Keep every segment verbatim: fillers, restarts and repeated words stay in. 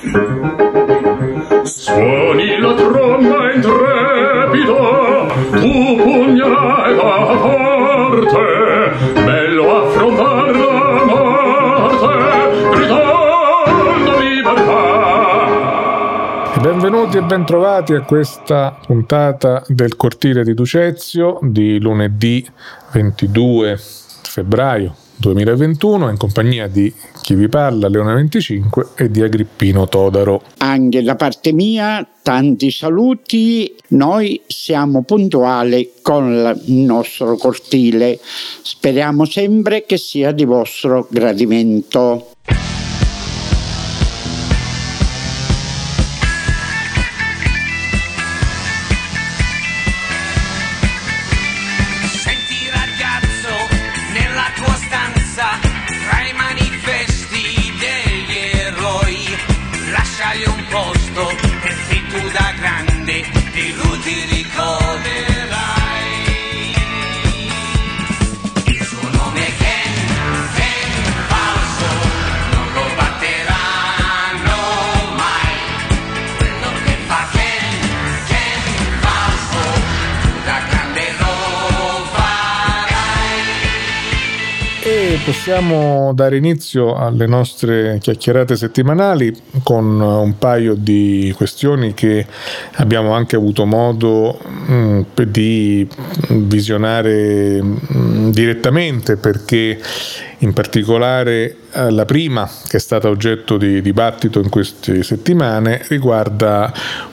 Suoni la tromba intrepida, tu pugnala forte, bello affrontar la morte, gridando libertà. Benvenuti e bentrovati a questa puntata del Cortile di Ducezio di lunedì ventidue febbraio duemilaventuno, in compagnia di chi vi parla, Leone venticinque, e di Agrippino Todaro. Anche da parte mia tanti saluti, noi siamo puntuali con il nostro cortile, speriamo sempre che sia di vostro gradimento. Possiamo dare inizio alle nostre chiacchierate settimanali con un paio di questioni che abbiamo anche avuto modo mh, di visionare mh, direttamente, perché in particolare eh, la prima, che è stata oggetto di dibattito in queste settimane, riguarda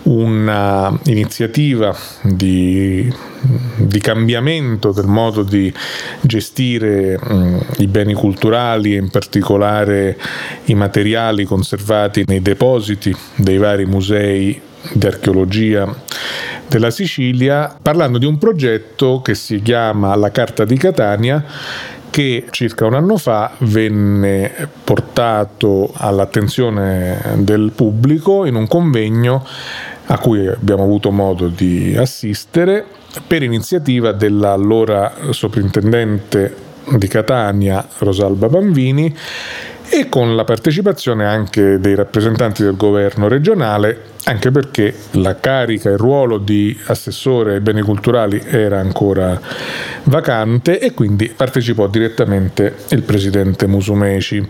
una iniziativa di, di cambiamento del modo di gestire mh, i beni culturali e in particolare i materiali conservati nei depositi dei vari musei di archeologia della Sicilia, parlando di un progetto che si chiama La Carta di Catania, che circa un anno fa venne portato all'attenzione del pubblico in un convegno a cui abbiamo avuto modo di assistere per iniziativa dell'allora soprintendente di Catania Rosalba Banvini, e con la partecipazione anche dei rappresentanti del governo regionale, anche perché la carica e il ruolo di assessore ai beni culturali era ancora vacante, e quindi partecipò direttamente il presidente Musumeci.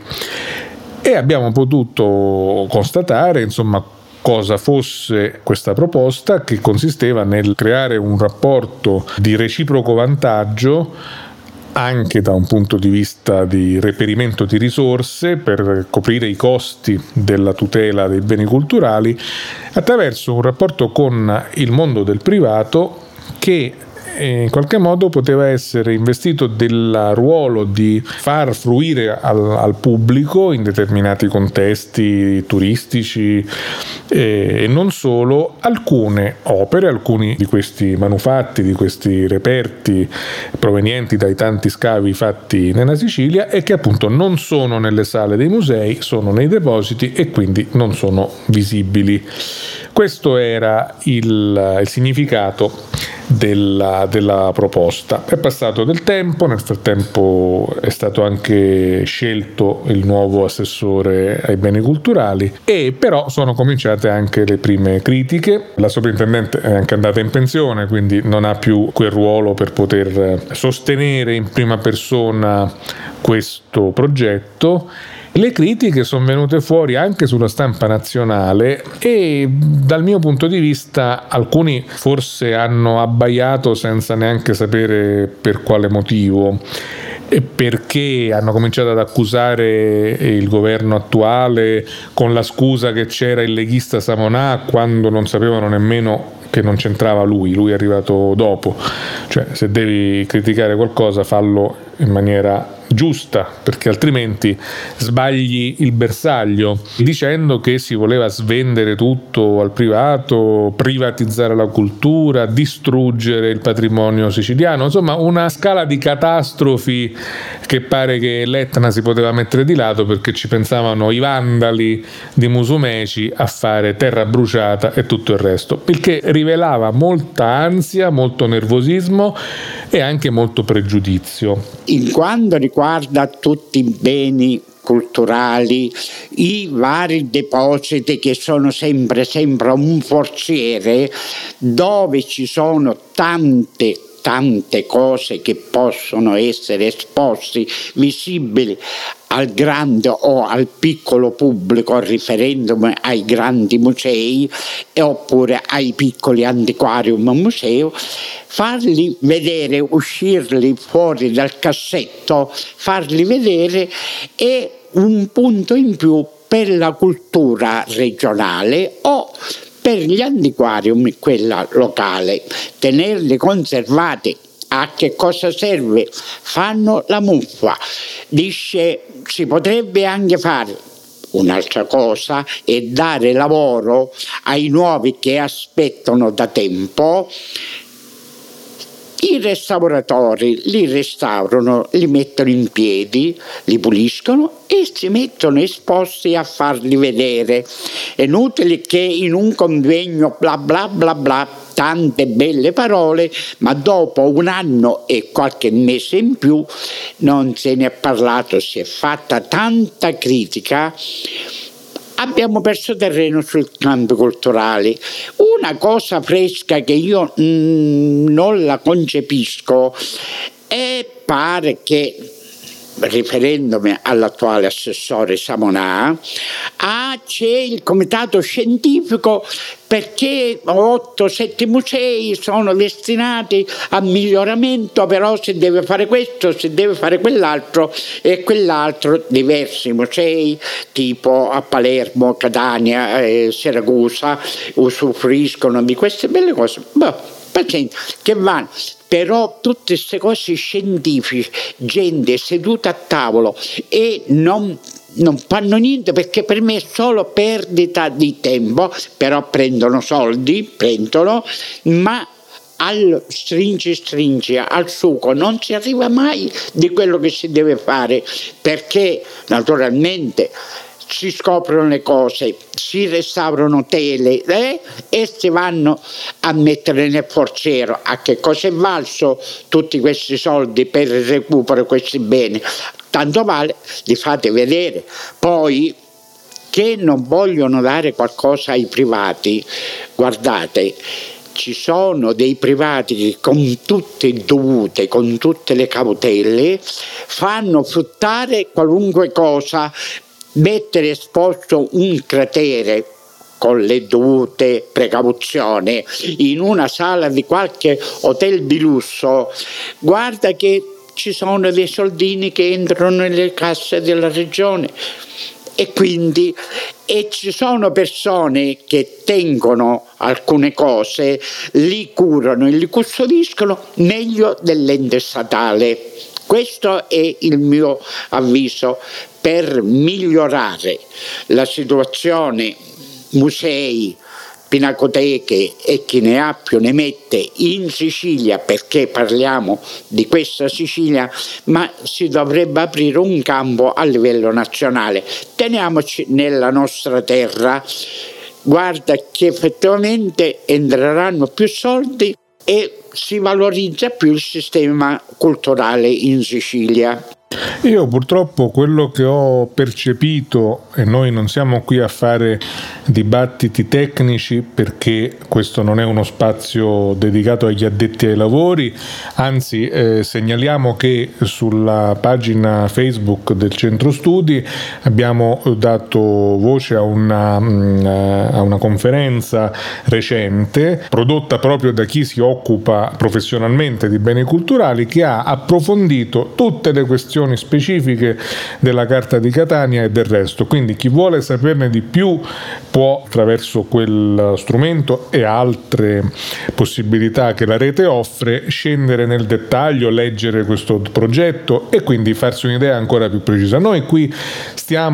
E abbiamo potuto constatare, insomma, cosa fosse questa proposta, che consisteva nel creare un rapporto di reciproco vantaggio anche da un punto di vista di reperimento di risorse per coprire i costi della tutela dei beni culturali, attraverso un rapporto con il mondo del privato che in qualche modo poteva essere investito del ruolo di far fruire al, al pubblico in determinati contesti turistici eh, e non solo alcune opere, alcuni di questi manufatti, di questi reperti provenienti dai tanti scavi fatti nella Sicilia e che appunto non sono nelle sale dei musei, sono nei depositi e quindi non sono visibili. Questo era il, il significato della, della proposta. È passato del tempo, nel frattempo è stato anche scelto il nuovo assessore ai beni culturali, e però sono cominciate anche le prime critiche. La sovrintendente è anche andata in pensione, quindi non ha più quel ruolo per poter sostenere in prima persona questo progetto. Le critiche sono venute fuori anche sulla stampa nazionale e dal mio punto di vista alcuni forse hanno abbaiato senza neanche sapere per quale motivo, perché hanno cominciato ad accusare il governo attuale con la scusa che c'era il leghista Samonà, quando non sapevano nemmeno che non c'entrava lui, lui è arrivato dopo. Cioè, se devi criticare qualcosa fallo in maniera giusta, perché altrimenti sbagli il bersaglio, dicendo che si voleva svendere tutto al privato, privatizzare la cultura, distruggere il patrimonio siciliano, insomma una scala di catastrofi che pare che l'Etna si poteva mettere di lato, perché ci pensavano i vandali di Musumeci a fare terra bruciata e tutto il resto, il che rivelava molta ansia, molto nervosismo e anche molto pregiudizio. In quanto riguarda tutti i beni culturali, i vari depositi che sono sempre, sempre un forziere dove ci sono tante tante cose che possono essere esposti, visibili al grande o al piccolo pubblico, riferendomi ai grandi musei e oppure ai piccoli antiquarium museo, farli vedere, uscirli fuori dal cassetto, farli vedere è un punto in più per la cultura regionale o per gli antiquarium, quella locale. Tenerli conservati, a che cosa serve? Fanno la muffa. Dice, si potrebbe anche fare un'altra cosa e dare lavoro ai nuovi che aspettano da tempo. I restauratori li restaurano, li mettono in piedi, li puliscono e si mettono esposti a farli vedere. È inutile che in un convegno bla bla bla bla, tante belle parole, ma dopo un anno e qualche mese in più non se ne è parlato, si è fatta tanta critica. Abbiamo perso terreno sul campo culturale. Una cosa fresca che io mm, non la concepisco e pare che, riferendomi all'attuale assessore Samonà, ah, c'è il comitato scientifico perché otto sette musei sono destinati a miglioramento, però si deve fare questo, si deve fare quell'altro e quell'altro. Diversi musei tipo a Palermo, Catania, eh, Siracusa usufruiscono di queste belle cose. Boh, pazienza, che vanno. Però tutte queste cose scientifiche, gente seduta a tavolo e non, non fanno niente, perché per me è solo perdita di tempo, però prendono soldi, prendono, ma al stringi stringi, al succo non si arriva mai di quello che si deve fare, perché naturalmente si scoprono le cose, si restaurano tele eh, e si vanno a mettere nel forziero. A che cosa è valso tutti questi soldi per il recupero di questi beni? Tanto vale, li fate vedere. Poi, che non vogliono dare qualcosa ai privati, guardate, ci sono dei privati che con tutte le dovute, con tutte le cautele, fanno fruttare qualunque cosa. Mettere esposto un cratere con le dovute precauzioni in una sala di qualche hotel di lusso, guarda che ci sono dei soldini che entrano nelle casse della regione. E quindi e ci sono persone che tengono alcune cose, li curano e li custodiscono meglio dell'ente statale. Questo è il mio avviso per migliorare la situazione musei, pinacoteche e chi ne ha più ne mette in Sicilia, perché parliamo di questa Sicilia, ma si dovrebbe aprire un campo a livello nazionale. Teniamoci nella nostra terra, guarda che effettivamente entreranno più soldi e si valorizza più il sistema culturale in Sicilia. Io purtroppo quello che ho percepito, e noi non siamo qui a fare dibattiti tecnici perché questo non è uno spazio dedicato agli addetti ai lavori, anzi eh, segnaliamo che sulla pagina Facebook del Centro Studi abbiamo dato voce a una, a una conferenza recente prodotta proprio da chi si occupa professionalmente di beni culturali, che ha approfondito tutte le questioni specifiche della Carta di Catania e del resto. Quindi chi vuole saperne di più può, attraverso quel strumento e altre possibilità che la rete offre, scendere nel dettaglio, leggere questo progetto e quindi farsi un'idea ancora più precisa. Noi qui stiamo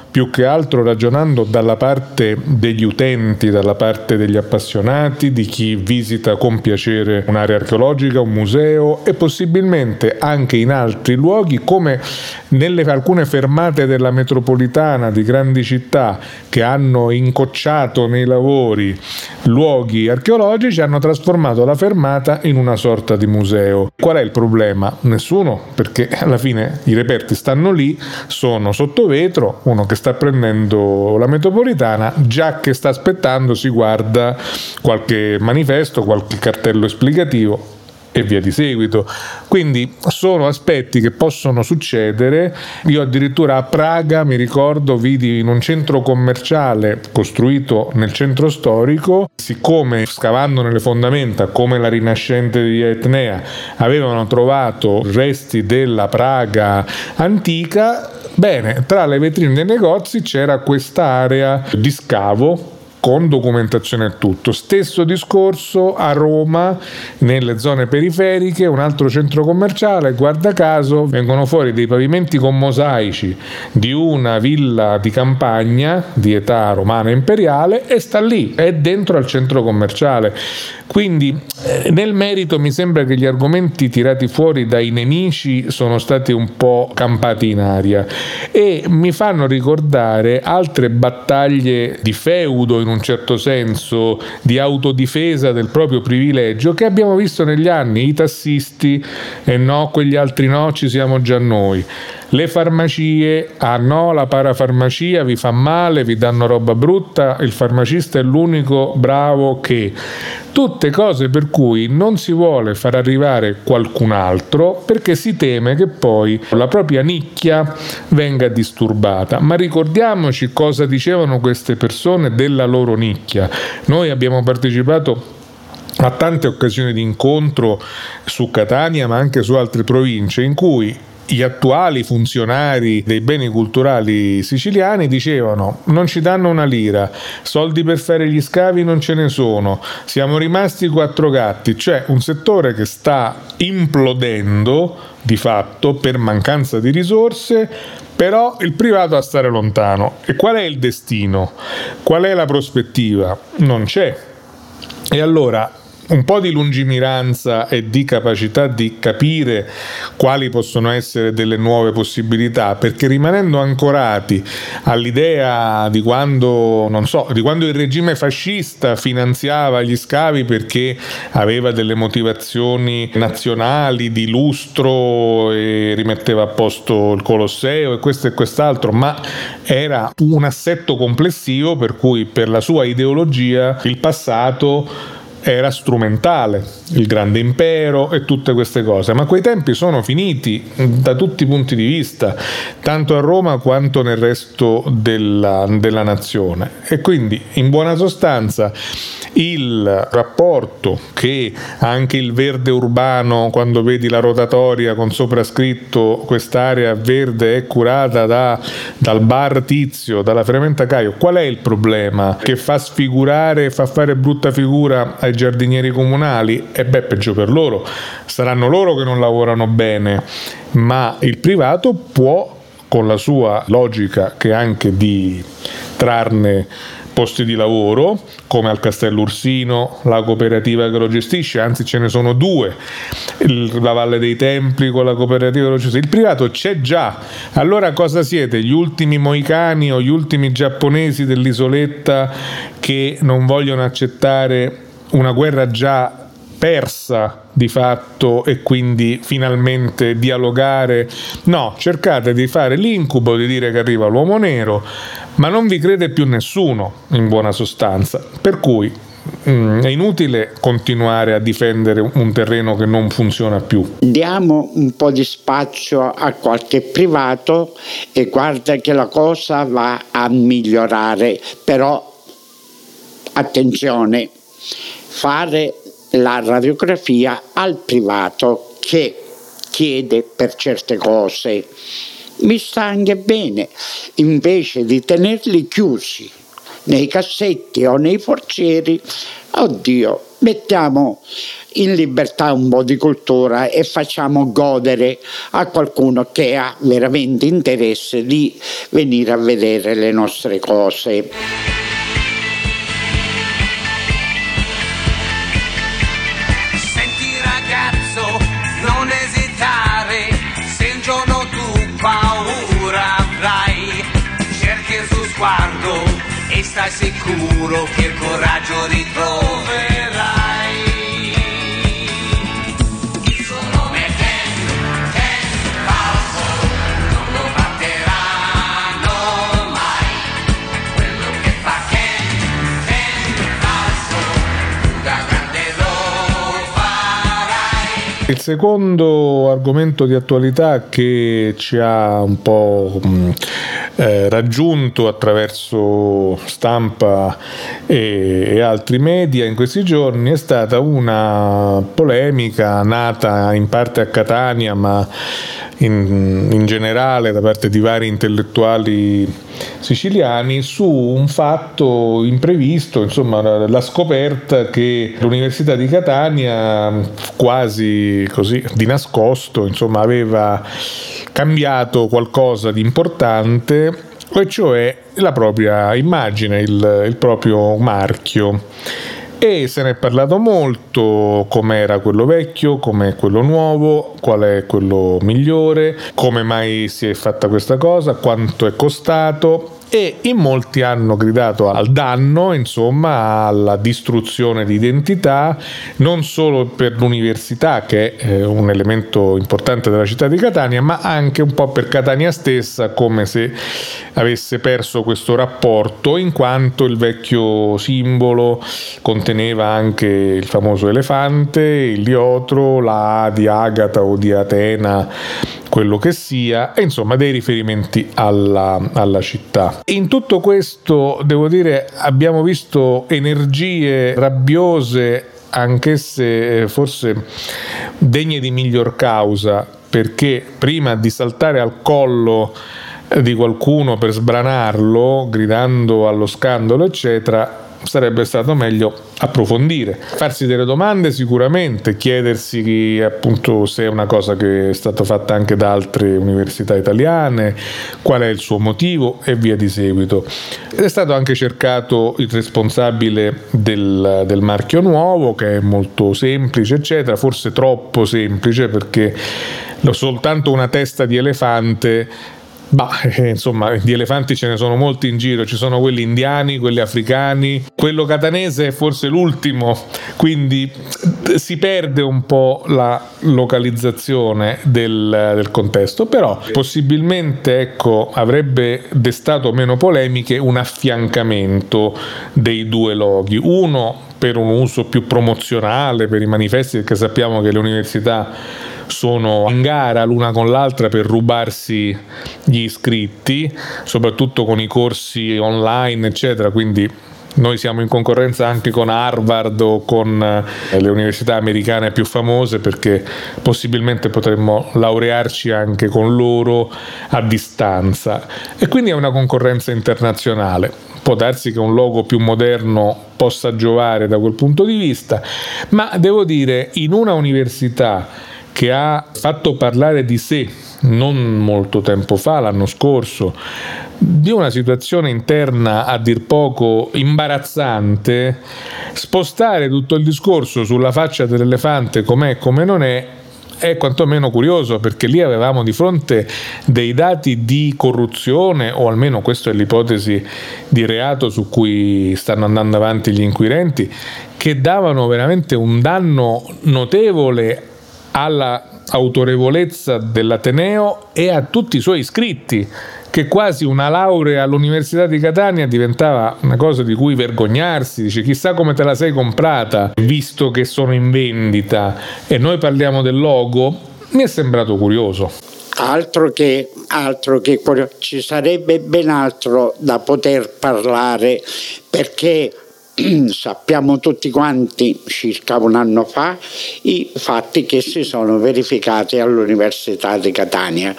più che altro ragionando dalla parte degli utenti, dalla parte degli appassionati, di chi visita con piacere un'area archeologica, un museo e possibilmente anche in altri luoghi, come nelle alcune fermate della metropolitana di grandi città che hanno incocciato nei lavori luoghi archeologici, hanno trasformato la fermata in una sorta di museo. Qual è il problema? Nessuno, perché alla fine i reperti stanno lì, sono sotto vetro, uno che sta prendendo la metropolitana, già che sta aspettando si guarda qualche manifesto, qualche cartello esplicativo e via di seguito. Quindi sono aspetti che possono succedere. Io addirittura a Praga, mi ricordo, vidi in un centro commerciale costruito nel centro storico, siccome scavando nelle fondamenta, come la rinascente di Etnea, avevano trovato resti della Praga antica, bene, tra le vetrine dei negozi c'era questa area di scavo con documentazione e tutto. Stesso discorso a Roma, nelle zone periferiche, un altro centro commerciale, guarda caso vengono fuori dei pavimenti con mosaici di una villa di campagna di età romana imperiale e sta lì, è dentro al centro commerciale. Quindi eh, nel merito mi sembra che gli argomenti tirati fuori dai nemici sono stati un po' campati in aria e mi fanno ricordare altre battaglie di feudo, in un certo senso, di autodifesa del proprio privilegio che abbiamo visto negli anni. I tassisti, e eh no, quegli altri no, ci siamo già noi. Le farmacie, ah no, la parafarmacia vi fa male, vi danno roba brutta, il farmacista è l'unico bravo che... Tutte cose per cui non si vuole far arrivare qualcun altro perché si teme che poi la propria nicchia venga disturbata. Ma ricordiamoci cosa dicevano queste persone della loro nicchia. Noi abbiamo partecipato a tante occasioni di incontro su Catania ma anche su altre province in cui gli attuali funzionari dei beni culturali siciliani dicevano: non ci danno una lira, soldi per fare gli scavi non ce ne sono, siamo rimasti quattro gatti. Cioè un settore che sta implodendo di fatto per mancanza di risorse, però il privato a stare lontano. E qual è il destino? Qual è la prospettiva? Non c'è. E allora un po' di lungimiranza e di capacità di capire quali possono essere delle nuove possibilità, perché rimanendo ancorati all'idea di quando, non so, di quando il regime fascista finanziava gli scavi perché aveva delle motivazioni nazionali di lustro e rimetteva a posto il Colosseo e questo e quest'altro, ma era un assetto complessivo per cui per la sua ideologia il passato era strumentale, il grande impero e tutte queste cose, ma quei tempi sono finiti da tutti i punti di vista, tanto a Roma quanto nel resto della, della nazione. E quindi in buona sostanza il rapporto che anche il verde urbano, quando vedi la rotatoria con sopra scritto quest'area verde è curata da, dal bar Tizio, dalla Ferramenta Caio, qual è il problema? Che fa sfigurare, fa fare brutta figura ai giardinieri comunali? E beh, peggio per loro, saranno loro che non lavorano bene, ma il privato può, con la sua logica che è anche di trarne posti di lavoro, come al Castello Ursino, la cooperativa che lo gestisce, anzi ce ne sono due, la Valle dei Templi con la cooperativa che lo gestisce. Il privato c'è già. Allora cosa siete? Gli ultimi moicani o gli ultimi giapponesi dell'isoletta che non vogliono accettare una guerra già persa di fatto e quindi finalmente dialogare? No, cercate di fare l'incubo di dire che arriva l'uomo nero, ma non vi crede più nessuno, in buona sostanza, per cui mm, è inutile continuare a difendere un terreno che non funziona più. Diamo un po' di spazio a qualche privato e guarda che la cosa va a migliorare, però attenzione, fare la radiografia al privato che chiede per certe cose mi sta anche bene, invece di tenerli chiusi nei cassetti o nei forzieri. Oddio, mettiamo in libertà un po' di cultura e facciamo godere a qualcuno che ha veramente interesse di venire a vedere le nostre cose. Senti ragazzo, non esitare, se un giorno tu paura avrai, cerchi il suo sguardo e stai sicuro che il coraggio ritroverai. Il secondo argomento di attualità che ci ha un po' mh, eh, raggiunto attraverso stampa e, e altri media in questi giorni è stata una polemica nata in parte a Catania, ma in, in generale da parte di vari intellettuali siciliani, su un fatto imprevisto, insomma la scoperta che l'Università di Catania, quasi così di nascosto, insomma aveva cambiato qualcosa di importante, e cioè la propria immagine, il, il proprio marchio. E se ne è parlato molto, com'era quello vecchio, com'è quello nuovo, qual è quello migliore, come mai si è fatta questa cosa, quanto è costato, e in molti hanno gridato al danno, insomma alla distruzione di identità, non solo per l'università, che è un elemento importante della città di Catania, ma anche un po' per Catania stessa, come se avesse perso questo rapporto, in quanto il vecchio simbolo conteneva anche il famoso elefante, il diotro, la A di Agata o di Atena, quello che sia, e insomma dei riferimenti alla, alla città. In tutto questo, devo dire, abbiamo visto energie rabbiose, anch'esse forse degne di miglior causa, perché prima di saltare al collo di qualcuno per sbranarlo, gridando allo scandalo, eccetera, sarebbe stato meglio approfondire, farsi delle domande sicuramente, chiedersi appunto se è una cosa che è stata fatta anche da altre università italiane, qual è il suo motivo e via di seguito. È stato anche cercato il responsabile del, del marchio nuovo, che è molto semplice, eccetera, forse troppo semplice, perché soltanto una testa di elefante. Bah, eh, insomma, di elefanti ce ne sono molti in giro, ci sono quelli indiani, quelli africani, quello catanese è forse l'ultimo, quindi si perde un po' la localizzazione del, del contesto, però possibilmente, ecco, avrebbe destato meno polemiche un affiancamento dei due loghi, uno per un uso più promozionale per i manifesti, perché sappiamo che le università sono in gara l'una con l'altra per rubarsi gli iscritti, soprattutto con i corsi online, eccetera, quindi noi siamo in concorrenza anche con Harvard o con le università americane più famose, perché possibilmente potremmo laurearci anche con loro a distanza, e quindi è una concorrenza internazionale. Può darsi che un logo più moderno possa giovare da quel punto di vista, ma devo dire, in una università che ha fatto parlare di sé non molto tempo fa, l'anno scorso, di una situazione interna a dir poco imbarazzante, spostare tutto il discorso sulla faccia dell'elefante com'è e come non è è quantomeno curioso, perché lì avevamo di fronte dei dati di corruzione, o almeno questa è l'ipotesi di reato su cui stanno andando avanti gli inquirenti, che davano veramente un danno notevole alla autorevolezza dell'Ateneo e a tutti i suoi iscritti, che quasi una laurea all'Università di Catania diventava una cosa di cui vergognarsi. Dice, chissà come te la sei comprata, visto che sono in vendita, e noi parliamo del logo. Mi è sembrato curioso. Altro che, altro che ci sarebbe ben altro da poter parlare, perché sappiamo tutti quanti, circa un anno fa, i fatti che si sono verificati all'Università di Catania.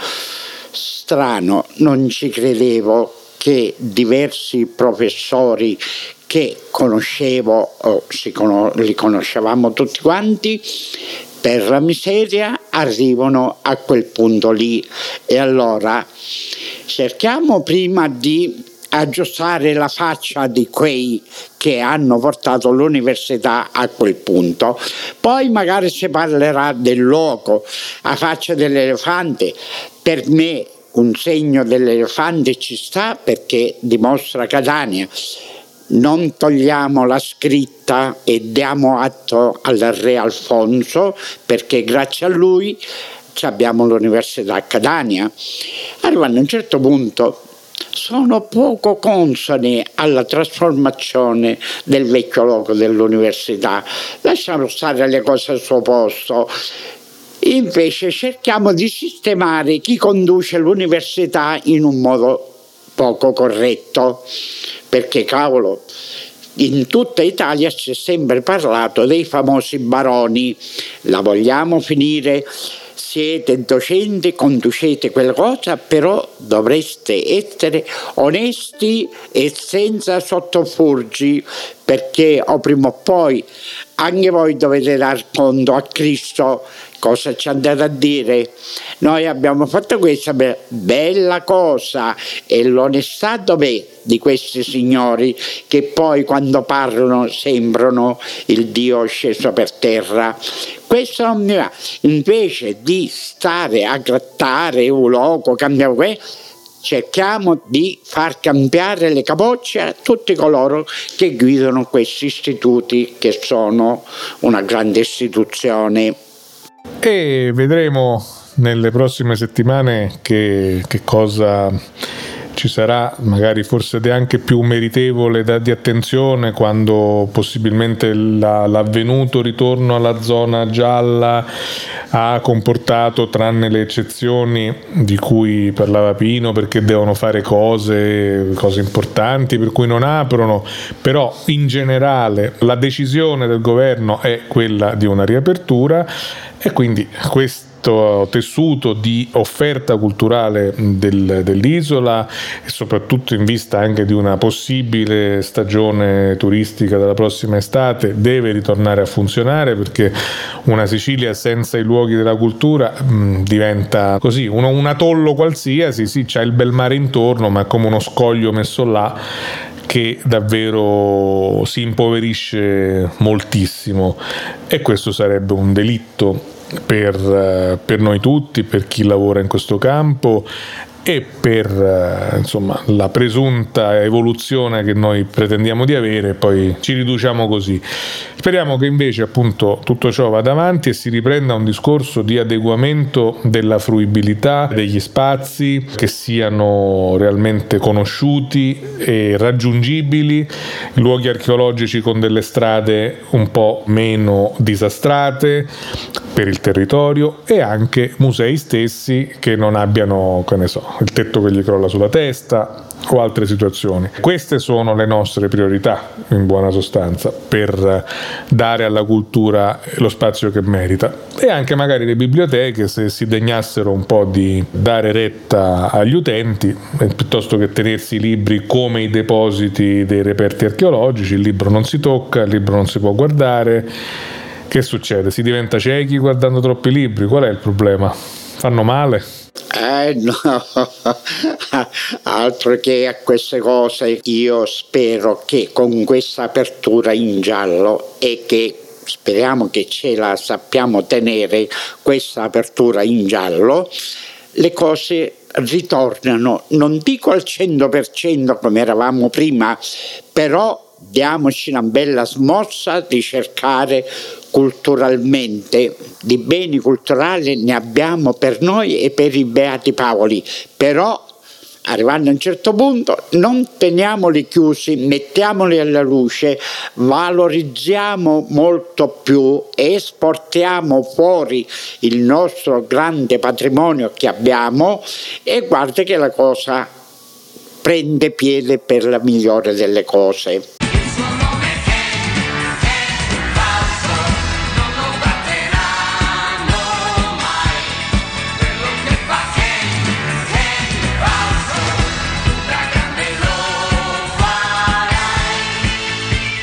Strano, non ci credevo che diversi professori che conoscevo, o si con- li conoscevamo tutti quanti, per la miseria arrivano a quel punto lì. E allora cerchiamo prima di aggiustare la faccia di quei che hanno portato l'università a quel punto, poi magari si parlerà del luogo. La faccia dell'elefante, per me un segno dell'elefante ci sta, perché dimostra Catania. Non togliamo la scritta e diamo atto al re Alfonso, perché grazie a lui abbiamo l'università a Catania. Arrivando a un certo punto sono poco consoni alla trasformazione del vecchio logo dell'università. Lasciamo stare le cose al suo posto. Invece cerchiamo di sistemare chi conduce l'università in un modo poco corretto, perché cavolo, in tutta Italia si è sempre parlato dei famosi baroni. La vogliamo finire? Siete docenti, conducete quella cosa, però dovreste essere onesti e senza sottofurgi, perché o prima o poi anche voi dovete dar conto a Cristo cosa ci andate a dire. Noi abbiamo fatto questa bella cosa, e l'onestà dov'è di questi signori che poi quando parlano sembrano il Dio sceso per terra? Questo non mi va. Invece di stare a grattare un loco, cambiare questo, cerchiamo di far cambiare le capocce a tutti coloro che guidano questi istituti, che sono una grande istituzione. E vedremo nelle prossime settimane che, che cosa ci sarà, magari forse ed è anche più meritevole da, di attenzione, quando possibilmente la, l'avvenuto ritorno alla zona gialla ha comportato, tranne le eccezioni di cui parlava Pino, perché devono fare cose, cose importanti per cui non aprono, però in generale la decisione del governo è quella di una riapertura, e quindi questo tessuto di offerta culturale del, dell'isola, e soprattutto in vista anche di una possibile stagione turistica della prossima estate, deve ritornare a funzionare, perché una Sicilia senza i luoghi della cultura mh, diventa così uno, un atollo qualsiasi. Sì, c'è il bel mare intorno, ma è come uno scoglio messo là che davvero si impoverisce moltissimo, e questo sarebbe un delitto per, per noi tutti, per chi lavora in questo campo e per insomma la presunta evoluzione che noi pretendiamo di avere, poi ci riduciamo così. Speriamo che invece appunto tutto ciò vada avanti e si riprenda un discorso di adeguamento della fruibilità degli spazi, che siano realmente conosciuti e raggiungibili, luoghi archeologici con delle strade un po' meno disastrate per il territorio, e anche musei stessi che non abbiano, che ne so, il tetto che gli crolla sulla testa o altre situazioni. Queste sono le nostre priorità, in buona sostanza, per dare alla cultura lo spazio che merita. E anche magari le biblioteche, se si degnassero un po' di dare retta agli utenti, piuttosto che tenersi i libri come i depositi dei reperti archeologici. Il libro non si tocca, il libro non si può guardare. Che succede? Si diventa ciechi guardando troppi libri? Qual è il problema? Fanno male? Eh no, altro che a queste cose. Io spero che con questa apertura in giallo, e che speriamo che ce la sappiamo tenere, questa apertura in giallo, le cose ritornano, non dico al cento per cento come eravamo prima, però diamoci una bella smossa di cercare culturalmente, di beni culturali ne abbiamo per noi e per i Beati Paoli, però arrivando a un certo punto non teniamoli chiusi, mettiamoli alla luce, valorizziamo molto più, esportiamo fuori il nostro grande patrimonio che abbiamo, e guarda che la cosa prende piede per la migliore delle cose.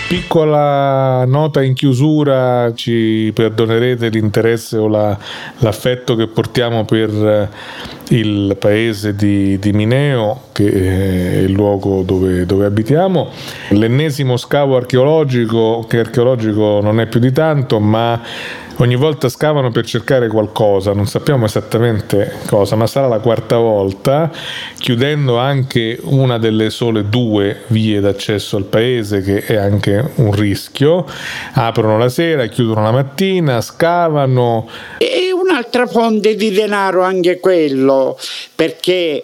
Piccola nota in chiusura, ci perdonerete l'interesse o la, l'affetto che portiamo per il paese di, di Mineo, che è il luogo dove, dove abitiamo. L'ennesimo scavo archeologico, che archeologico non è più di tanto, ma ogni volta scavano per cercare qualcosa, non sappiamo esattamente cosa, ma sarà la quarta volta, chiudendo anche una delle sole due vie d'accesso al paese, che è anche un rischio. Aprono la sera, chiudono la mattina, scavano. E un'altra fonte di denaro anche quello, perché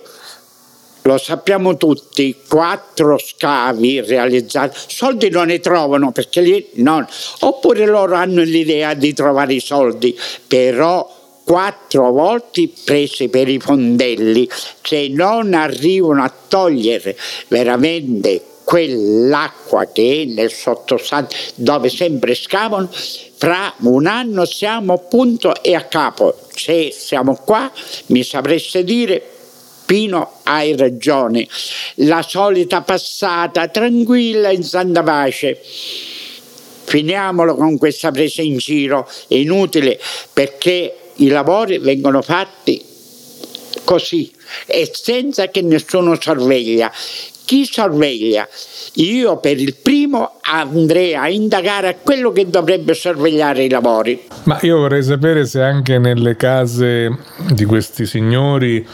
lo sappiamo tutti, quattro scavi realizzati, soldi non ne trovano perché lì non, oppure loro hanno l'idea di trovare i soldi, però quattro volte presi per i fondelli, se non arrivano a togliere veramente quell'acqua che è nel sottostante dove sempre scavano, fra un anno siamo a punto e a capo. Se siamo qua mi sapreste dire: Pino, hai ragione, la solita passata tranquilla in santa pace. Finiamolo con questa presa in giro, è inutile, perché i lavori vengono fatti così e senza che nessuno sorveglia. Chi sorveglia? Io per il primo andrei a indagare a quello che dovrebbe sorvegliare i lavori. Ma io vorrei sapere se anche nelle case di questi signori,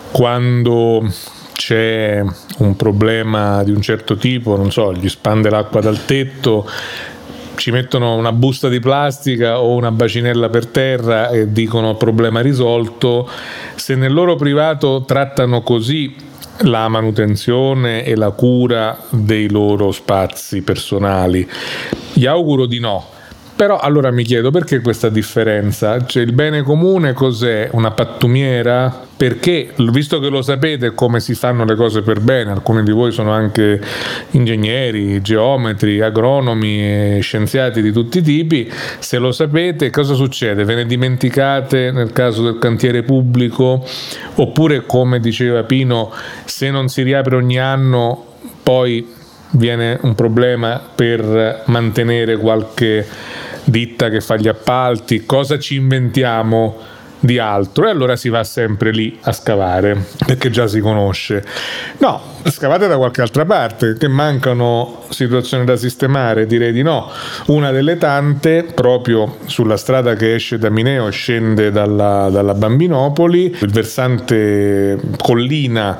quando c'è un problema di un certo tipo, non so, gli spande l'acqua dal tetto, ci mettono una busta di plastica o una bacinella per terra e dicono problema risolto. Se nel loro privato trattano così la manutenzione e la cura dei loro spazi personali, gli auguro di no. Però allora mi chiedo, perché questa differenza? Cioè, il bene comune cos'è? Una pattumiera? Perché, visto che lo sapete come si fanno le cose per bene, alcuni di voi sono anche ingegneri, geometri, agronomi e scienziati di tutti i tipi, se lo sapete cosa succede? Ve ne dimenticate nel caso del cantiere pubblico? Oppure, come diceva Pino, se non si riapre ogni anno poi viene un problema per mantenere qualche ditta che fa gli appalti? Cosa ci inventiamo di altro? E allora si va sempre lì a scavare, perché già si conosce. No, scavate da qualche altra parte, che mancano situazioni da sistemare? Direi di no. Una delle tante, proprio sulla strada che esce da Mineo e scende dalla, dalla Bambinopoli, il versante collina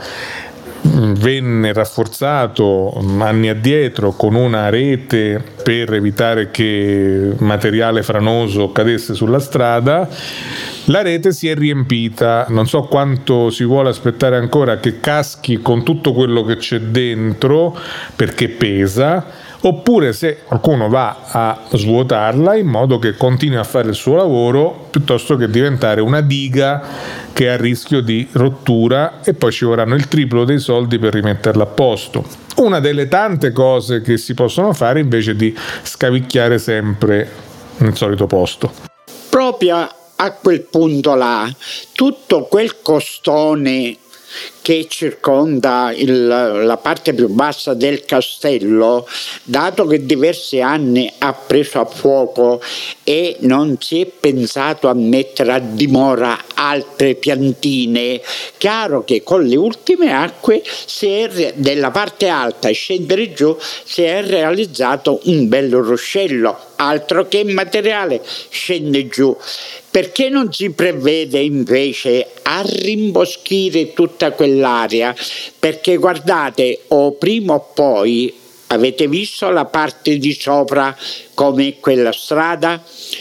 venne rafforzato anni addietro con una rete per evitare che materiale franoso cadesse sulla strada. La rete si è riempita, non so quanto si vuole aspettare ancora che caschi con tutto quello che c'è dentro, perché pesa, oppure se qualcuno va a svuotarla in modo che continui a fare il suo lavoro, piuttosto che diventare una diga che è a rischio di rottura e poi ci vorranno il triplo dei soldi per rimetterla a posto. Una delle tante cose che si possono fare invece di scavicchiare sempre nel solito posto. Proprio a quel punto là, tutto quel costone che circonda il, la parte più bassa del castello, dato che diversi anni ha preso a fuoco e non si è pensato a mettere a dimora altre piantine, chiaro che con le ultime acque si è, della parte alta e scendere giù si è realizzato un bel ruscello, altro che materiale scende giù. Perché non si prevede invece a rimboschire tutta quell'area? Perché guardate, o prima o poi, avete visto la parte di sopra come quella strada?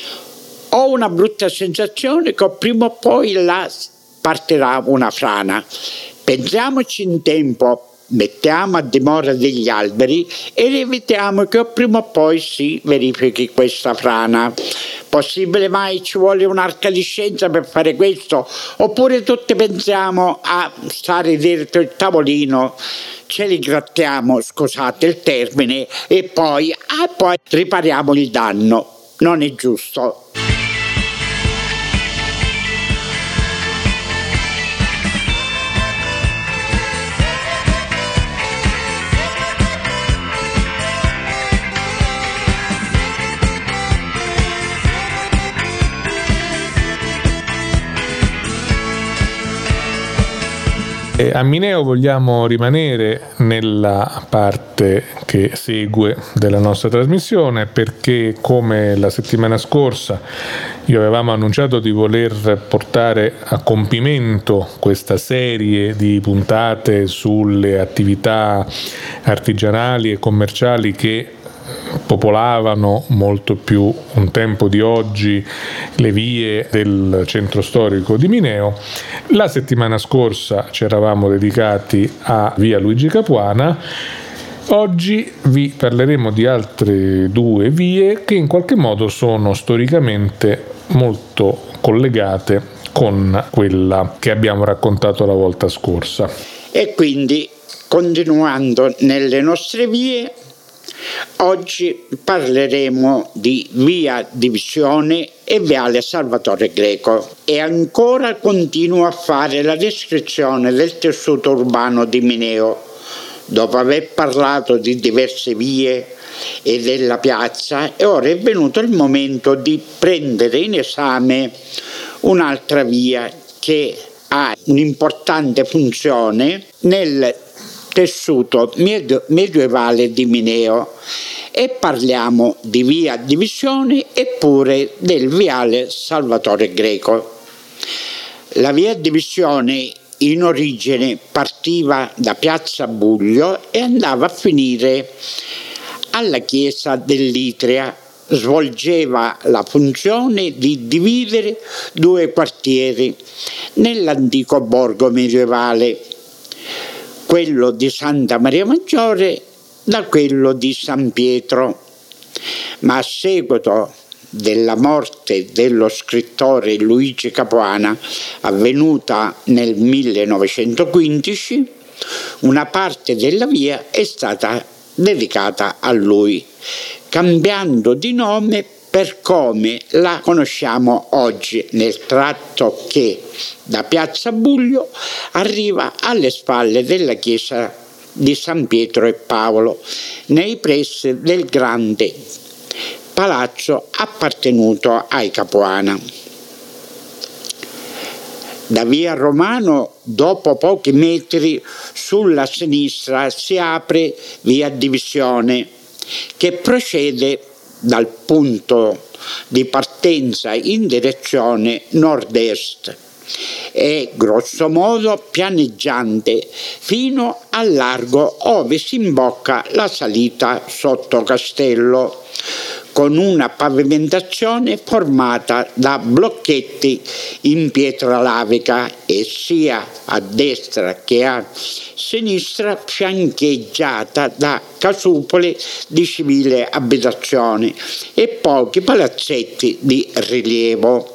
Ho una brutta sensazione che prima o poi là partirà una frana. Pensiamoci in tempo. Mettiamo a dimora degli alberi ed evitiamo che prima o poi si verifichi questa frana. Possibile mai? Ci vuole un'arca di scienza per fare questo? Oppure tutti pensiamo a stare dietro il tavolino, ce li grattiamo, scusate il termine, e poi, ah, poi ripariamo il danno. Non è giusto. E a Mineo vogliamo rimanere nella parte che segue della nostra trasmissione, perché come la settimana scorsa io avevamo annunciato di voler portare a compimento questa serie di puntate sulle attività artigianali e commerciali che popolavano molto più un tempo di oggi le vie del centro storico di Mineo. La settimana scorsa ci eravamo dedicati a via Luigi Capuana. Oggi vi parleremo di altre due vie che in qualche modo sono storicamente molto collegate con quella che abbiamo raccontato la volta scorsa. E quindi, continuando nelle nostre vie, oggi parleremo di via Divisione e viale Salvatore Greco, e ancora continuo a fare la descrizione del tessuto urbano di Mineo. Dopo aver parlato di diverse vie e della piazza, e ora è venuto il momento di prendere in esame un'altra via che ha un'importante funzione nel tessuto medievale di Mineo, e parliamo di via Divisione e pure del viale Salvatore Greco. La via Divisione in origine partiva da piazza Buglio e andava a finire alla chiesa dell'Itria. Svolgeva la funzione di dividere due quartieri nell'antico borgo medievale, quello di Santa Maria Maggiore da quello di San Pietro. Ma a seguito della morte dello scrittore Luigi Capuana, avvenuta nel millenovecentoquindici, una parte della via è stata dedicata a lui, cambiando di nome per come la conosciamo oggi, nel tratto che da piazza Buglio arriva alle spalle della chiesa di San Pietro e Paolo, nei pressi del grande palazzo appartenuto ai Capuana. Da via Romano, dopo pochi metri sulla sinistra, si apre via Divisione, che procede dal punto di partenza in direzione nord-est. È grosso modo pianeggiante fino al largo ove si imbocca la salita sotto Castello, con una pavimentazione formata da blocchetti in pietra lavica e sia a destra che a sinistra fiancheggiata da casupole di civile abitazione e pochi palazzetti di rilievo.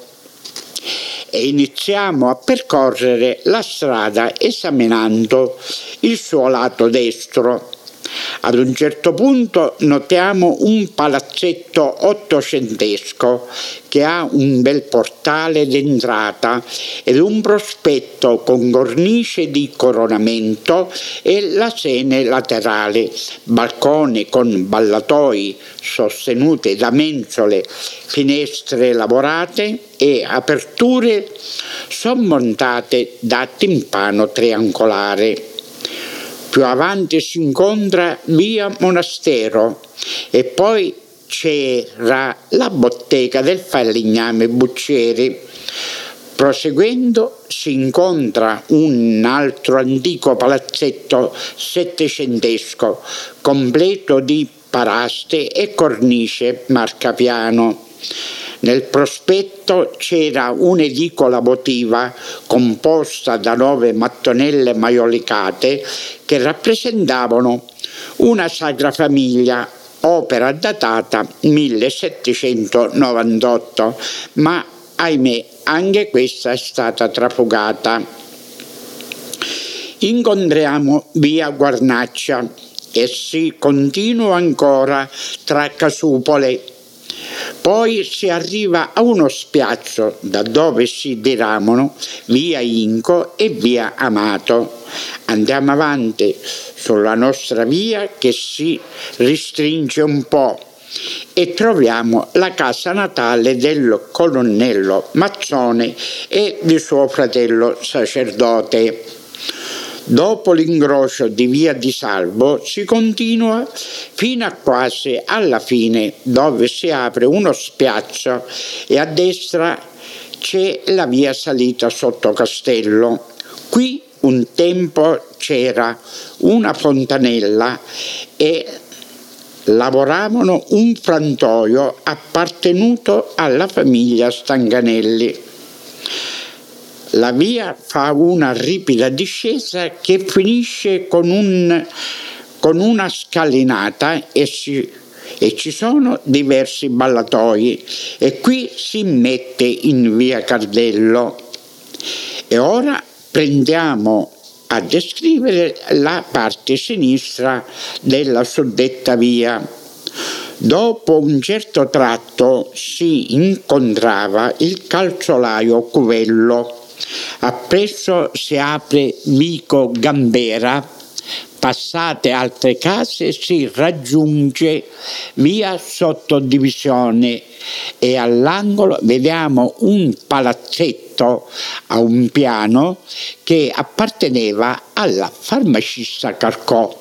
E iniziamo a percorrere la strada esaminando il suo lato destro. Ad un certo punto notiamo un palazzetto ottocentesco che ha un bel portale d'entrata ed un prospetto con cornice di coronamento e lesene laterali, balconi con ballatoi sostenuti da mensole, finestre lavorate e aperture sormontate da timpano triangolare. Più avanti si incontra via Monastero e poi c'era la bottega del falegname Buccieri. Proseguendo si incontra un altro antico palazzetto settecentesco, completo di paraste e cornice marcapiano. Nel prospetto c'era un'edicola votiva composta da nove mattonelle maiolicate che rappresentavano una Sacra Famiglia, opera datata millesettecentonovantotto, ma ahimè anche questa è stata trafugata. Incontriamo via Guarnaccia e si continua ancora tra casupole. Poi si arriva a uno spiazzo da dove si diramano via Inco e via Amato. Andiamo avanti sulla nostra via che si ristringe un po' e troviamo la casa natale del colonnello Mazzone e di suo fratello sacerdote. Dopo l'ingrosso di via di Salvo si continua fino a quasi alla fine, dove si apre uno spiazzo e a destra c'è la via salita sotto Castello. Qui un tempo c'era una fontanella e lavoravano un frantoio appartenuto alla famiglia Stanganelli. La via fa una ripida discesa che finisce con, un, con una scalinata e, si, e ci sono diversi ballatoi e qui si mette in via Cardello. E ora prendiamo a descrivere la parte sinistra della suddetta via. Dopo un certo tratto si incontrava il calzolaio Cuvello. Appresso si apre Vico Gambera, passate altre case si raggiunge via Sottodivisione e all'angolo vediamo un palazzetto a un piano che apparteneva alla farmacista Carcò,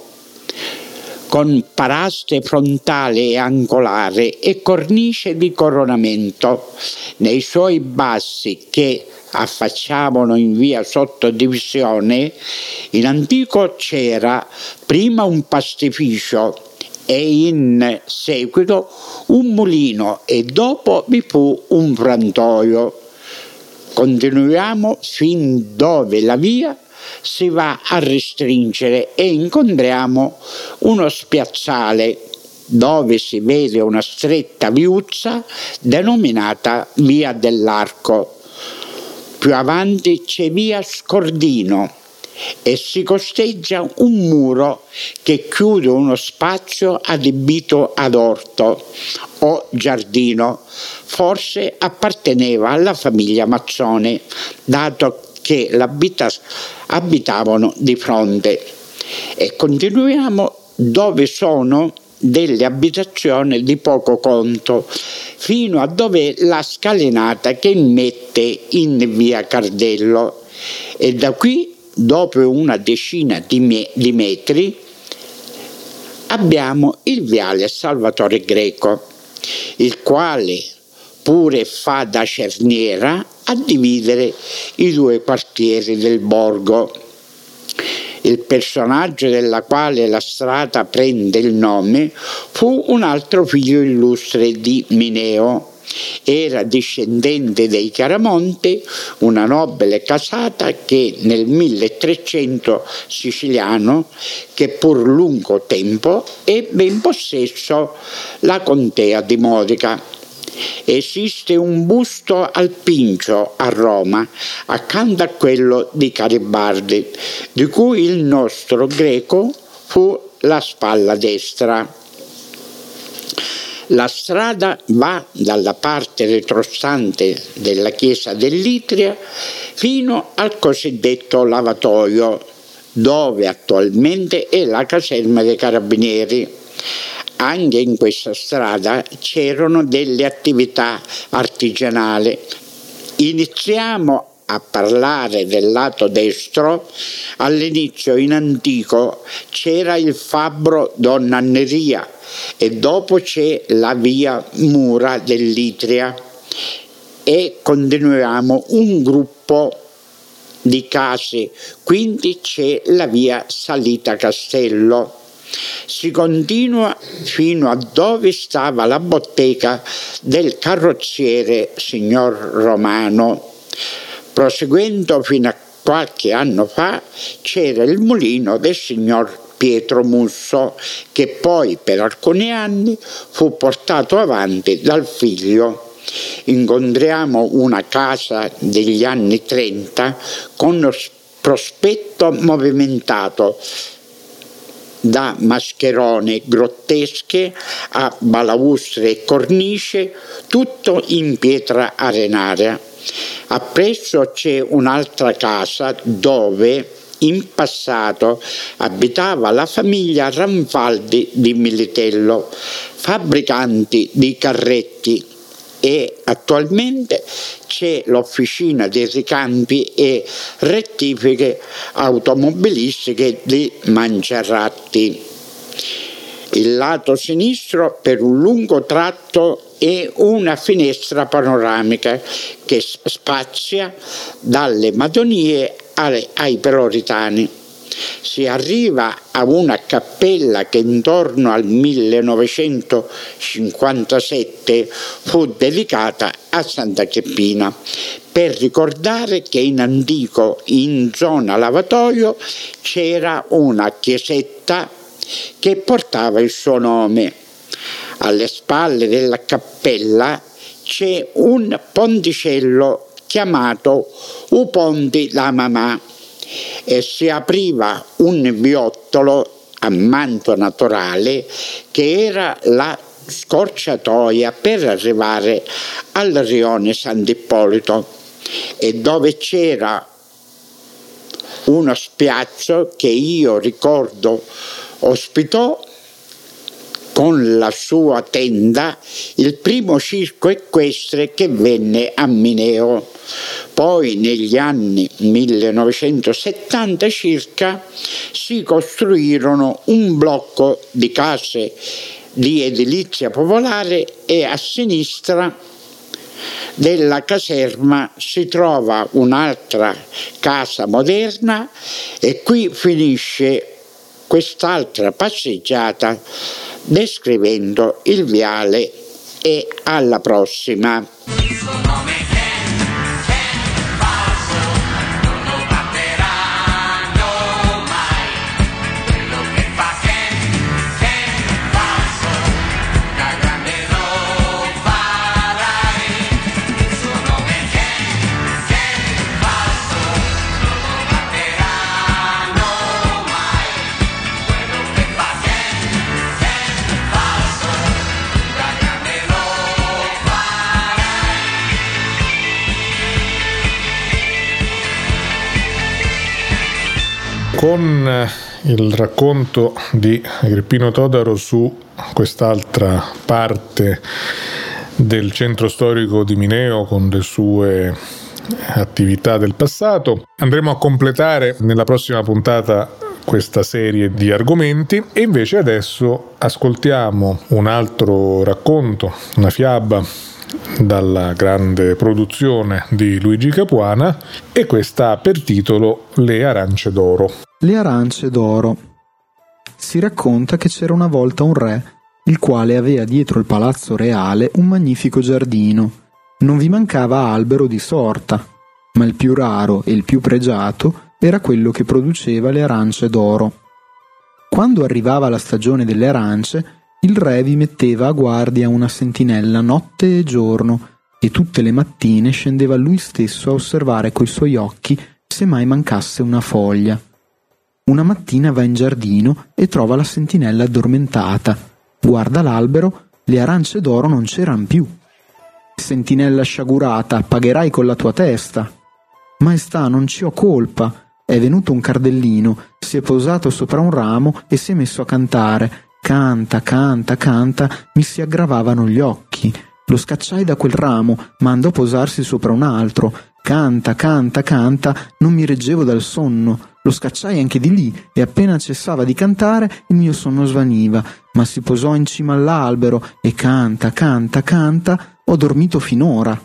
con paraste frontale e angolare e cornice di coronamento. Nei suoi bassi, che affacciavano in via Sottodivisione, in antico c'era prima un pastificio e in seguito un mulino e dopo vi fu un frantoio. Continuiamo fin dove la via si va a restringere e incontriamo uno spiazzale dove si vede una stretta viuzza denominata Via dell'Arco. Più avanti c'è via Scordino e si costeggia un muro che chiude uno spazio adibito ad orto o giardino, forse apparteneva alla famiglia Mazzone, dato che abitavano di fronte. E continuiamo dove sono delle abitazioni di poco conto, fino a dove la scalinata che mette in via Cardello, e da qui, dopo una decina di, me- di metri, abbiamo il viale Salvatore Greco, il quale pure fa da cerniera a dividere i due quartieri del borgo. Il personaggio della quale la strada prende il nome fu un altro figlio illustre di Mineo. Era discendente dei Chiaramonte, una nobile casata che nel milletrecento siciliano, che pur lungo tempo ebbe in possesso la contea di Modica. Esiste un busto al Pincio a Roma, accanto a quello di Garibaldi, di cui il nostro Greco fu la spalla destra. La strada va dalla parte retrostante della chiesa dell'Itria fino al cosiddetto lavatoio, dove attualmente è la caserma dei Carabinieri. Anche in questa strada c'erano delle attività artigianali. Iniziamo a parlare del lato destro. All'inizio, in antico, c'era il fabbro Donna Anneria e dopo c'è la via Mura dell'Itria e continuiamo un gruppo di case, quindi c'è la via Salita Castello. Si continua fino a dove stava la bottega del carrozziere signor Romano. Proseguendo fino a qualche anno fa c'era il mulino del signor Pietro Musso, che poi per alcuni anni fu portato avanti dal figlio. Incontriamo una casa degli anni trenta con prospetto movimentato, da mascherone grottesche a balaustre e cornice, tutto in pietra arenaria. Appresso c'è un'altra casa dove in passato abitava la famiglia Ranfaldi di Militello, fabbricanti di carretti, e attualmente c'è l'officina dei ricambi e rettifiche automobilistiche di Manciarratti. Il lato sinistro per un lungo tratto è una finestra panoramica che spazia dalle Madonie ai Peloritani. Si arriva a una cappella che intorno al millenovecentocinquantasette fu dedicata a Santa Chiappina, per ricordare che in antico, in zona lavatoio, c'era una chiesetta che portava il suo nome. Alle spalle della cappella c'è un ponticello chiamato U Ponti da Mamà e si apriva un viottolo a manto naturale che era la scorciatoia per arrivare al rione Sant'Ippolito, e dove c'era uno spiazzo che io ricordo ospitò con la sua tenda il primo circo equestre che venne a Mineo. Poi negli anni millenovecentosettanta circa si costruirono un blocco di case di edilizia popolare e a sinistra della caserma si trova un'altra casa moderna e qui finisce quest'altra passeggiata descrivendo il viale, e alla prossima. Con il racconto di Agrippino Todaro su quest'altra parte del centro storico di Mineo con le sue attività del passato, andremo a completare nella prossima puntata questa serie di argomenti, e invece adesso ascoltiamo un altro racconto, una fiaba dalla grande produzione di Luigi Capuana, e questa ha per titolo Le arance d'oro. Le arance d'oro. Si racconta che c'era una volta un re, il quale aveva dietro il palazzo reale un magnifico giardino. Non vi mancava albero di sorta, ma il più raro e il più pregiato era quello che produceva le arance d'oro. Quando arrivava la stagione delle arance, il re vi metteva a guardia una sentinella notte e giorno, e tutte le mattine scendeva lui stesso a osservare coi suoi occhi se mai mancasse una foglia. Una mattina va in giardino e trova la sentinella addormentata. Guarda l'albero, le arance d'oro non c'eran più. Sentinella sciagurata, pagherai con la tua testa. Maestà, non ci ho colpa. È venuto un cardellino, si è posato sopra un ramo e si è messo a cantare. Canta, canta, canta, mi si aggravavano gli occhi. Lo scacciai da quel ramo, ma andò a posarsi sopra un altro. Canta, canta, canta, non mi reggevo dal sonno. Lo scacciai anche di lì e appena cessava di cantare il mio sonno svaniva, ma si posò in cima all'albero e canta, canta, canta, ho dormito finora.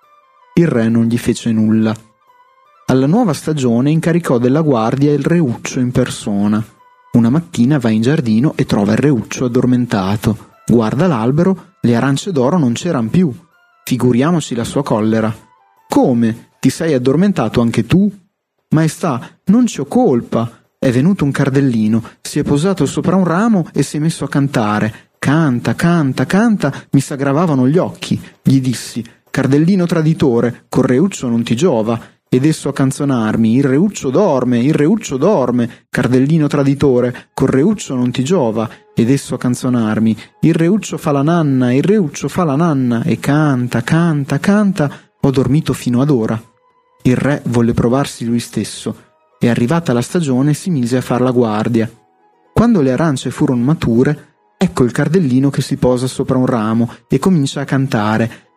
Il re non gli fece nulla. Alla nuova stagione incaricò della guardia il reuccio in persona. Una mattina va in giardino e trova il reuccio addormentato. Guarda l'albero, le arance d'oro non c'eran più. Figuriamoci la sua collera. Come? Ti sei addormentato anche tu? Maestà, non ci ho colpa. È venuto un cardellino, si è posato sopra un ramo e si è messo a cantare. Canta, canta, canta, mi s'aggravavano gli occhi. Gli dissi, cardellino traditore, col reuccio non ti giova. Ed esso a canzonarmi, il reuccio dorme, il reuccio dorme, cardellino traditore, col reuccio non ti giova. Ed esso a canzonarmi, il reuccio fa la nanna, il reuccio fa la nanna, e canta, canta, canta, ho dormito fino ad ora. Il re volle provarsi lui stesso, e arrivata la stagione si mise a far la guardia. Quando le arance furono mature, ecco il cardellino che si posa sopra un ramo e comincia a cantare.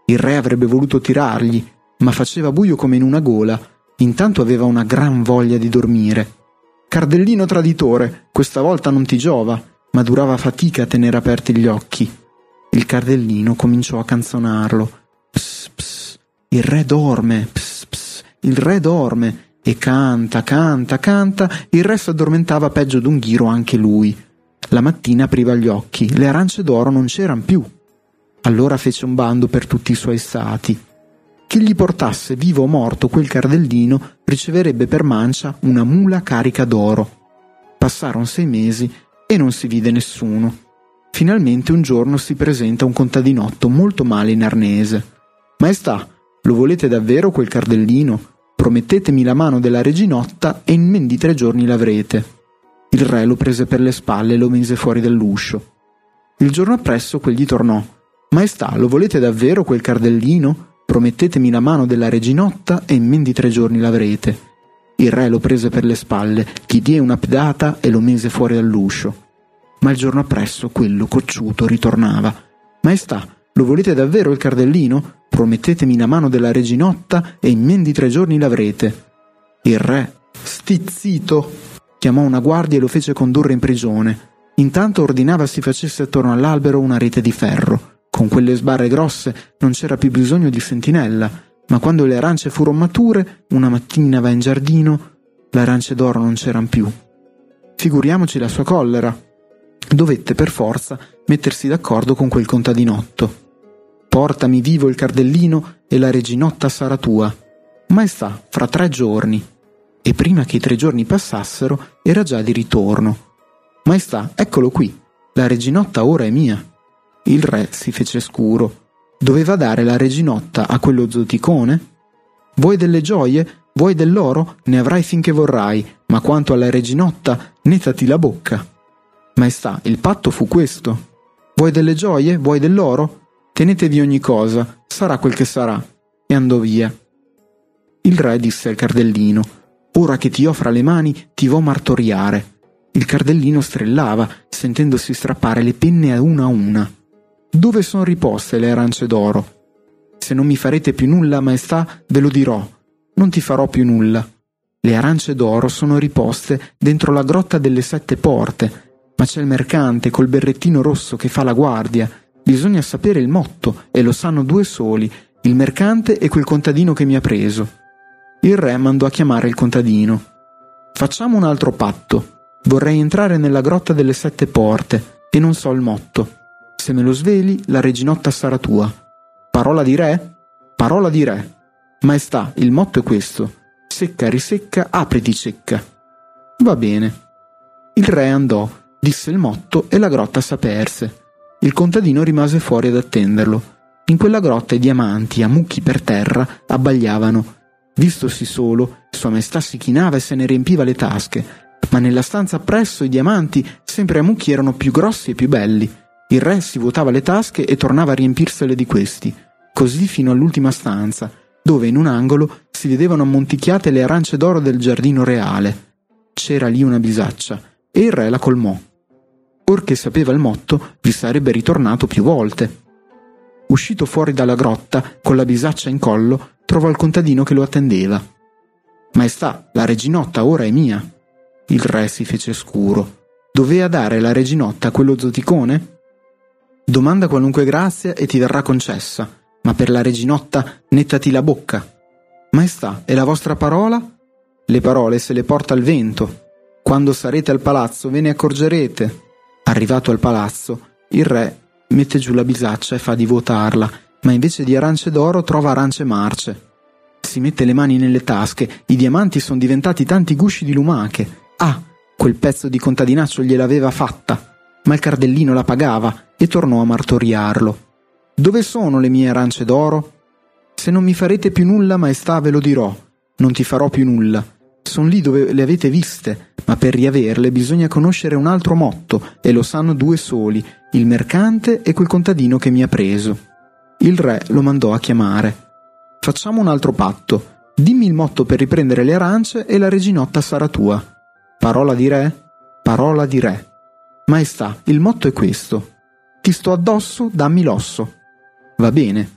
Il re avrebbe voluto tirargli, ma faceva buio come in una gola. Intanto aveva una gran voglia di dormire. Cardellino traditore, questa volta non ti giova, ma durava fatica a tenere aperti gli occhi. Il cardellino cominciò a canzonarlo. Pss, pss, il re dorme, pss, pss, il re dorme. E canta, canta, canta, il re s'addormentava peggio d'un ghiro anche lui. La mattina apriva gli occhi, le arance d'oro non c'eran più. Allora fece un bando per tutti i suoi stati. Chi gli portasse vivo o morto quel cardellino riceverebbe per mancia una mula carica d'oro. Passarono sei mesi e non si vide nessuno. Finalmente un giorno si presenta un contadinotto molto male in arnese. «Maestà, lo volete davvero quel cardellino? Promettetemi la mano della reginotta e in men di tre giorni l'avrete». Il re lo prese per le spalle e lo mise fuori dall'uscio. Il giorno appresso quegli tornò. «Maestà, lo volete davvero quel cardellino? Promettetemi la mano della reginotta e in men di tre giorni l'avrete». Il re lo prese per le spalle, gli diede una pedata e lo mise fuori dall'uscio. Ma il giorno appresso quello cocciuto ritornava. «Maestà, lo volete davvero il cardellino? Promettetemi la mano della reginotta e in men di tre giorni l'avrete». Il re, stizzito, chiamò una guardia e lo fece condurre in prigione. Intanto ordinava si facesse attorno all'albero una rete di ferro. Con quelle sbarre grosse non c'era più bisogno di sentinella, ma quando le arance furono mature, una mattina va in giardino, le arance d'oro non c'eran più. Figuriamoci la sua collera. Dovette per forza mettersi d'accordo con quel contadinotto. «Portami vivo il cardellino e la reginotta sarà tua. Maestà, fra tre giorni». E prima che i tre giorni passassero era già di ritorno. «Maestà, eccolo qui, la reginotta ora è mia». Il re si fece scuro. Doveva dare la reginotta a quello zoticone? «Vuoi delle gioie? Vuoi dell'oro? Ne avrai finché vorrai, ma quanto alla reginotta, netati la bocca». «Maestà, il patto fu questo. Vuoi delle gioie? Vuoi dell'oro? Tenetevi ogni cosa, sarà quel che sarà». E andò via. Il re disse al cardellino: «Ora che ti ho fra le mani, ti vo martoriare». Il cardellino strillava, sentendosi strappare le penne a una a una. «Dove sono riposte le arance d'oro?» «Se non mi farete più nulla, maestà, ve lo dirò. Non ti farò più nulla. Le arance d'oro sono riposte dentro la grotta delle sette porte, ma c'è il mercante col berrettino rosso che fa la guardia. Bisogna sapere il motto, e lo sanno due soli, il mercante e quel contadino che mi ha preso». Il re mandò a chiamare il contadino. «Facciamo un altro patto. Vorrei entrare nella grotta delle sette porte e non so il motto. Se me lo sveli, la reginotta sarà tua». «Parola di re?» «Parola di re. Maestà, il motto è questo: secca risecca, apriti cecca». «Va bene». Il re andò, disse il motto e la grotta s'aperse. Il contadino rimase fuori ad attenderlo. In quella grotta i diamanti, a mucchi per terra, abbagliavano. Vistosi solo, sua maestà si chinava e se ne riempiva le tasche, ma nella stanza appresso i diamanti, sempre a mucchi, erano più grossi e più belli. Il re si vuotava le tasche e tornava a riempirsele di questi, così fino all'ultima stanza, dove in un angolo si vedevano ammonticchiate le arance d'oro del giardino reale. C'era lì una bisaccia, e il re la colmò. Or che sapeva il motto, vi sarebbe ritornato più volte. Uscito fuori dalla grotta, con la bisaccia in collo, trovò il contadino che lo attendeva. «Maestà, la reginotta ora è mia». Il re si fece scuro. Doveva dare la reginotta a quello zoticone? «Domanda qualunque grazia e ti verrà concessa, ma per la reginotta nettati la bocca». «Maestà, e la vostra parola?» «Le parole se le porta il vento. Quando sarete al palazzo ve ne accorgerete». Arrivato al palazzo, il re mette giù la bisaccia e fa di vuotarla, ma invece di arance d'oro trova arance marce. Si mette le mani nelle tasche, i diamanti sono diventati tanti gusci di lumache. Ah, quel pezzo di contadinaccio gliel'aveva fatta, ma il cardellino la pagava e tornò a martoriarlo. «Dove sono le mie arance d'oro?» «Se non mi farete più nulla, maestà, ve lo dirò. Non ti farò più nulla. Son lì dove le avete viste, ma per riaverle bisogna conoscere un altro motto, e lo sanno due soli, il mercante e quel contadino che mi ha preso». Il re lo mandò a chiamare. «Facciamo un altro patto. Dimmi il motto per riprendere le arance e la reginotta sarà tua». «Parola di re?» «Parola di re». «Maestà, il motto è questo: ti sto addosso, dammi l'osso». «Va bene».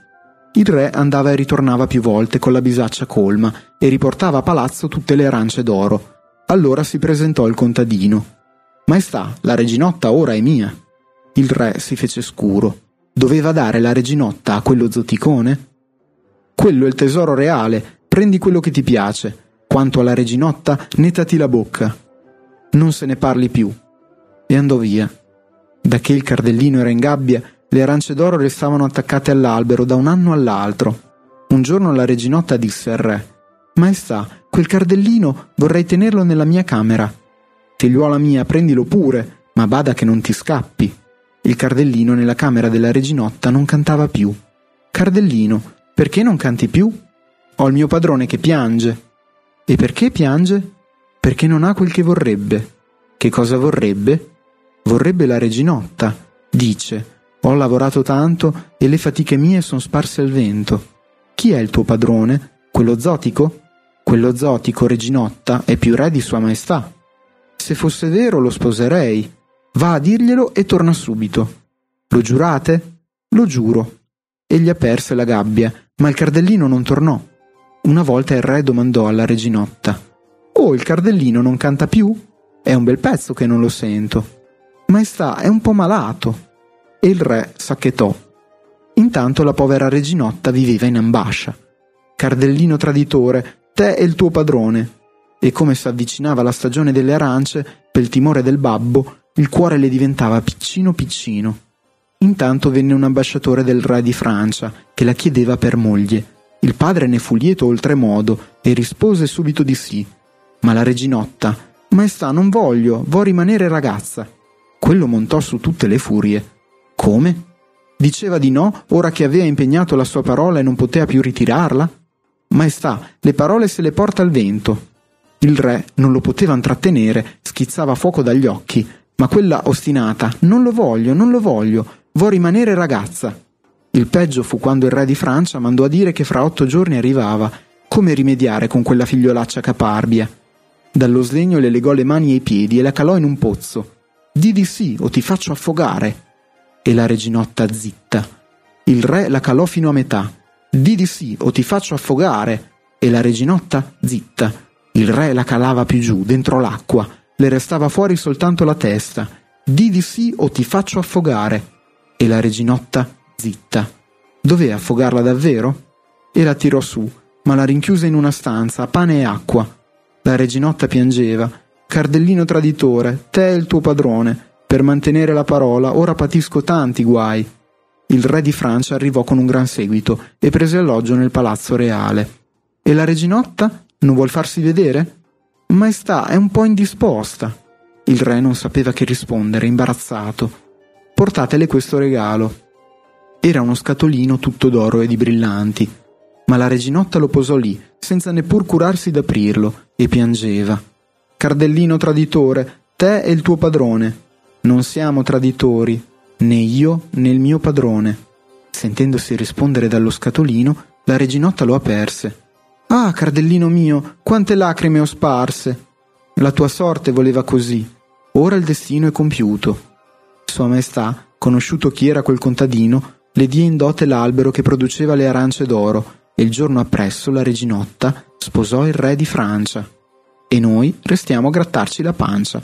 Il re andava e ritornava più volte con la bisaccia colma e riportava a palazzo tutte le arance d'oro. Allora si presentò il contadino. «Maestà, la reginotta ora è mia». Il re si fece scuro. Doveva dare la reginotta a quello zoticone? «Quello è il tesoro reale, prendi quello che ti piace. Quanto alla reginotta, netati la bocca. Non se ne parli più». E andò via. Da che il cardellino era in gabbia, le arance d'oro restavano attaccate all'albero da un anno all'altro. Un giorno la reginotta disse al re: «Maestà, quel cardellino vorrei tenerlo nella mia camera». «Figliuola mia, prendilo pure, ma bada che non ti scappi». Il cardellino nella camera della reginotta non cantava più. «Cardellino, perché non canti più?» «Ho il mio padrone che piange». «E perché piange?» «Perché non ha quel che vorrebbe». «Che cosa vorrebbe?» «Vorrebbe la reginotta. Dice: ho lavorato tanto e le fatiche mie son sparse al vento». «Chi è il tuo padrone? Quello zotico?» «Quello zotico, reginotta, è più re di sua maestà». «Se fosse vero lo sposerei. Va a dirglielo e torna subito». «Lo giurate?» «Lo giuro». Egli aperse la gabbia, ma il cardellino non tornò. Una volta il re domandò alla reginotta: «Oh, il cardellino non canta più? È un bel pezzo che non lo sento». «Maestà, è un po' malato». E il re s'acchetò. Intanto la povera reginotta viveva in ambascia. «Cardellino traditore, te e il tuo padrone». E come s'avvicinava la stagione delle arance, per il timore del babbo, il cuore le diventava piccino piccino. Intanto venne un ambasciatore del re di Francia, che la chiedeva per moglie. Il padre ne fu lieto oltremodo e rispose subito di sì. Ma la reginotta: «Maestà, non voglio, vo' rimanere ragazza». Quello montò su tutte le furie. «Come? Diceva di no ora che aveva impegnato la sua parola e non poteva più ritirarla?» «Maestà, le parole se le porta il vento». Il re non lo poteva intrattenere, schizzava fuoco dagli occhi, ma quella ostinata: «Non lo voglio, non lo voglio, vo' rimanere ragazza». Il peggio fu quando il re di Francia mandò a dire che fra otto giorni arrivava. Come rimediare con quella figliolaccia caparbia? Dallo sdegno le legò le mani e i piedi e la calò in un pozzo. «Di di sì o ti faccio affogare». E la reginotta zitta. Il re la calò fino a metà. «Di di sì o ti faccio affogare». E la reginotta zitta. Il re la calava più giù, dentro l'acqua. Le restava fuori soltanto la testa. «Di di sì o ti faccio affogare». E la reginotta zitta. Doveva affogarla davvero? E la tirò su, ma la rinchiuse in una stanza, a pane e acqua. La reginotta piangeva. «Cardellino traditore, te e il tuo padrone. Per mantenere la parola ora patisco tanti guai». Il re di Francia arrivò con un gran seguito e prese alloggio nel palazzo reale. «E la reginotta? Non vuol farsi vedere?» «Maestà, è un po' indisposta». Il re non sapeva che rispondere, imbarazzato. «Portatele questo regalo». Era uno scatolino tutto d'oro e di brillanti, ma la reginotta lo posò lì, senza neppur curarsi d'aprirlo, e piangeva. «Cardellino traditore, te e il tuo padrone». «Non siamo traditori, né io né il mio padrone». Sentendosi rispondere dallo scatolino, la reginotta lo aperse. «Ah, cardellino mio, quante lacrime ho sparse! La tua sorte voleva così, ora il destino è compiuto». Sua maestà, conosciuto chi era quel contadino, le diè in dote l'albero che produceva le arance d'oro, e il giorno appresso la reginotta sposò il re di Francia. E noi restiamo a grattarci la pancia.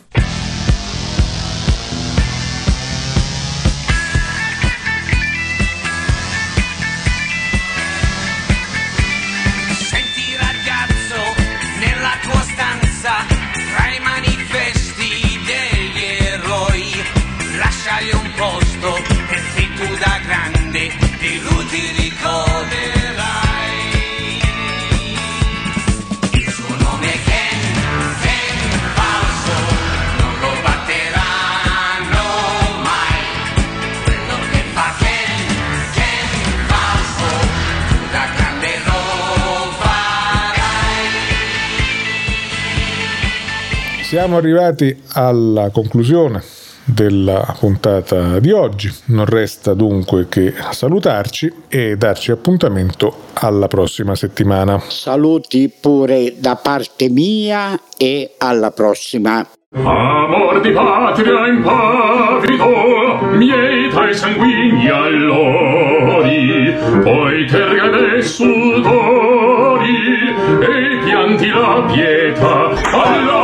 Siamo arrivati alla conclusione della puntata di oggi. Non resta dunque che salutarci e darci appuntamento alla prossima settimana. Saluti pure da parte mia e alla prossima. Amor di patria impavido, miei tra i sanguigni allori, poi terga dei sudori e pianti la pietà alla